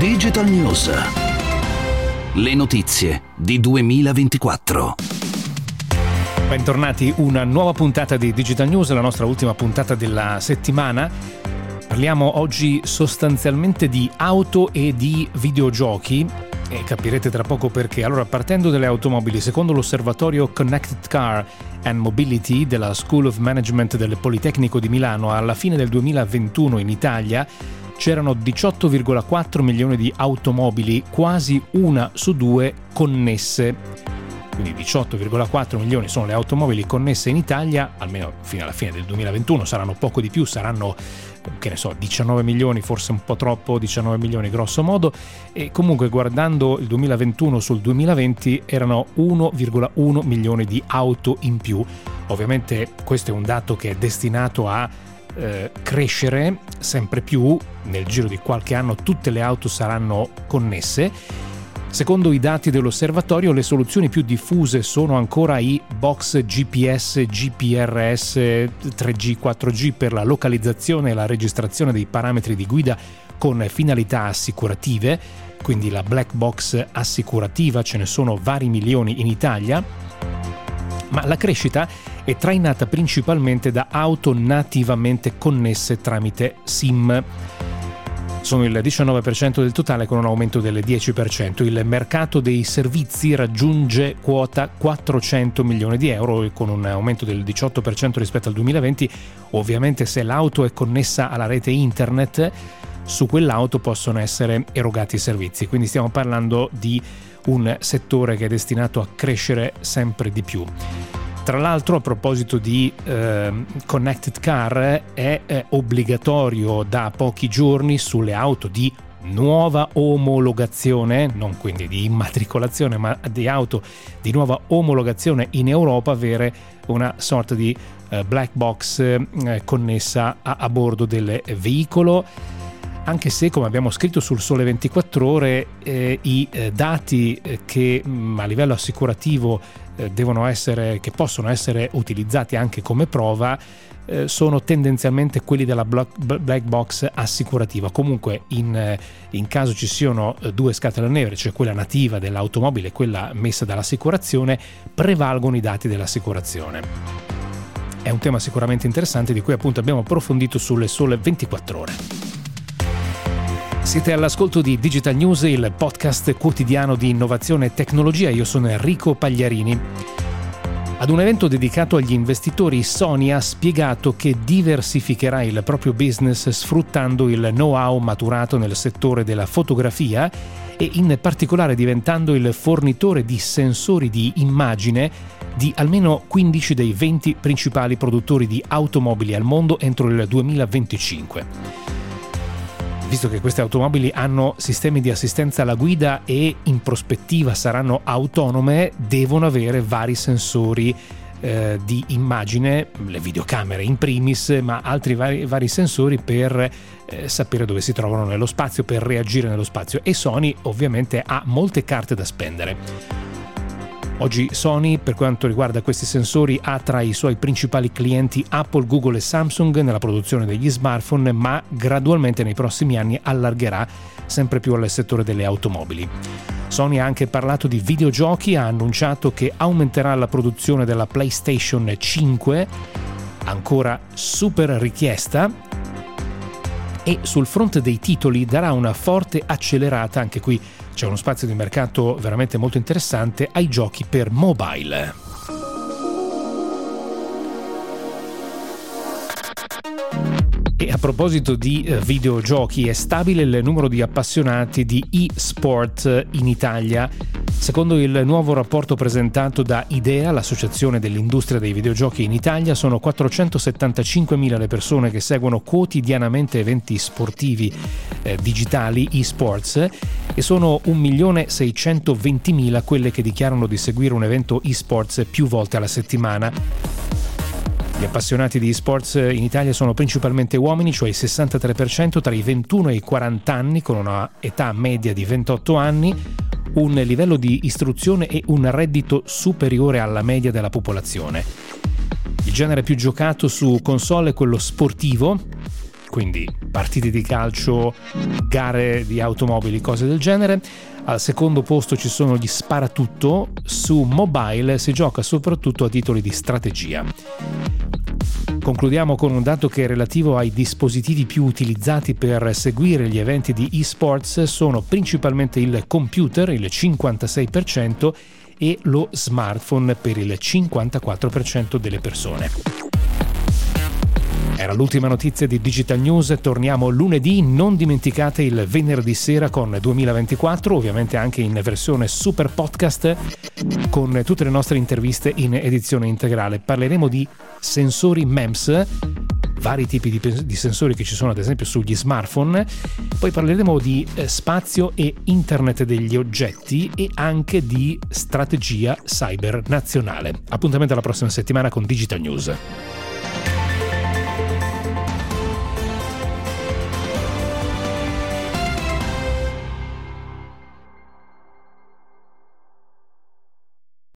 Digital News. Le notizie di 2024. Bentornati, una nuova puntata di Digital News, la nostra ultima puntata della settimana. Parliamo oggi sostanzialmente di auto e di videogiochi e capirete tra poco perché. Allora, partendo dalle automobili, secondo l'osservatorio Connected Car and Mobility della School of Management del Politecnico di Milano, alla fine del 2021 in Italia c'erano 18,4 milioni di automobili, quasi una su due connesse. Quindi 18,4 milioni sono le automobili connesse in Italia, almeno fino alla fine del 2021, saranno poco di più, saranno, 19 milioni, forse un po' troppo, 19 milioni grosso modo, e comunque guardando il 2021 sul 2020 erano 1,1 milioni di auto in più. Ovviamente questo è un dato che è destinato a crescere sempre più. Nel giro di qualche anno tutte le auto saranno connesse. Secondo i dati dell'osservatorio, le soluzioni più diffuse sono ancora i box GPS, GPRS, 3G, 4G per la localizzazione e la registrazione dei parametri di guida con finalità assicurative, quindi la black box assicurativa, ce ne sono vari milioni in Italia, ma la crescita è trainata principalmente da auto nativamente connesse tramite SIM. Sono il 19% del totale, con un aumento del 10%. Il mercato dei servizi raggiunge quota 400 milioni di euro, con un aumento del 18% rispetto al 2020. Ovviamente se l'auto è connessa alla rete internet, su quell'auto possono essere erogati servizi. Quindi stiamo parlando di un settore che è destinato a crescere sempre di più. Tra l'altro, a proposito di Connected Car, è obbligatorio da pochi giorni sulle auto di nuova omologazione, non quindi di immatricolazione, ma di auto di nuova omologazione in Europa, avere una sorta di black box connessa a bordo del veicolo. Anche se, come abbiamo scritto sul Sole 24 Ore, i dati che a livello assicurativo che possono essere utilizzati anche come prova, sono tendenzialmente quelli della black box assicurativa. Comunque in caso ci siano due scatole nere, cioè quella nativa dell'automobile e quella messa dall'assicurazione, prevalgono i dati dell'assicurazione. È un tema sicuramente interessante, di cui appunto abbiamo approfondito sulle Sole 24 Ore. Siete all'ascolto di Digital News, il podcast quotidiano di innovazione e tecnologia. Io sono Enrico Pagliarini. Ad un evento dedicato agli investitori, Sony ha spiegato che diversificherà il proprio business sfruttando il know-how maturato nel settore della fotografia e in particolare diventando il fornitore di sensori di immagine di almeno 15 dei 20 principali produttori di automobili al mondo entro il 2025. Visto che queste automobili hanno sistemi di assistenza alla guida e in prospettiva saranno autonome, devono avere vari sensori di immagine, le videocamere in primis, ma altri vari sensori per sapere dove si trovano nello spazio, per reagire nello spazio. E Sony ovviamente ha molte carte da spendere. Oggi Sony, per quanto riguarda questi sensori, ha tra i suoi principali clienti Apple, Google e Samsung nella produzione degli smartphone, ma gradualmente nei prossimi anni allargherà sempre più al settore delle automobili. Sony ha anche parlato di videogiochi, ha annunciato che aumenterà la produzione della PlayStation 5, ancora super richiesta, e sul fronte dei titoli darà una forte accelerata, anche qui c'è uno spazio di mercato veramente molto interessante, ai giochi per mobile. E a proposito di videogiochi, è stabile il numero di appassionati di e-sport in Italia. Secondo il nuovo rapporto presentato da IDEA, l'associazione dell'industria dei videogiochi in Italia, sono 475.000 le persone che seguono quotidianamente eventi sportivi digitali e-sports e sono 1.620.000 quelle che dichiarano di seguire un evento e-sports più volte alla settimana. Gli appassionati di e-sports in Italia sono principalmente uomini, cioè il 63% tra i 21 e i 40 anni, con una età media di 28 anni, un livello di istruzione e un reddito superiore alla media della popolazione. Il genere più giocato su console è quello sportivo, quindi partite di calcio, gare di automobili, cose del genere. Al secondo posto ci sono gli sparatutto. Su mobile si gioca soprattutto a titoli di strategia. Concludiamo con un dato che è relativo ai dispositivi più utilizzati per seguire gli eventi di eSports. Sono principalmente il computer, il 56%, e lo smartphone per il 54% delle persone. Era l'ultima notizia di Digital News, torniamo lunedì, non dimenticate il venerdì sera con 2024, ovviamente anche in versione super podcast con tutte le nostre interviste in edizione integrale. Parleremo di sensori MEMS, vari tipi di sensori che ci sono ad esempio sugli smartphone, poi parleremo di spazio e internet degli oggetti e anche di strategia cyber nazionale. Appuntamento alla prossima settimana con Digital News.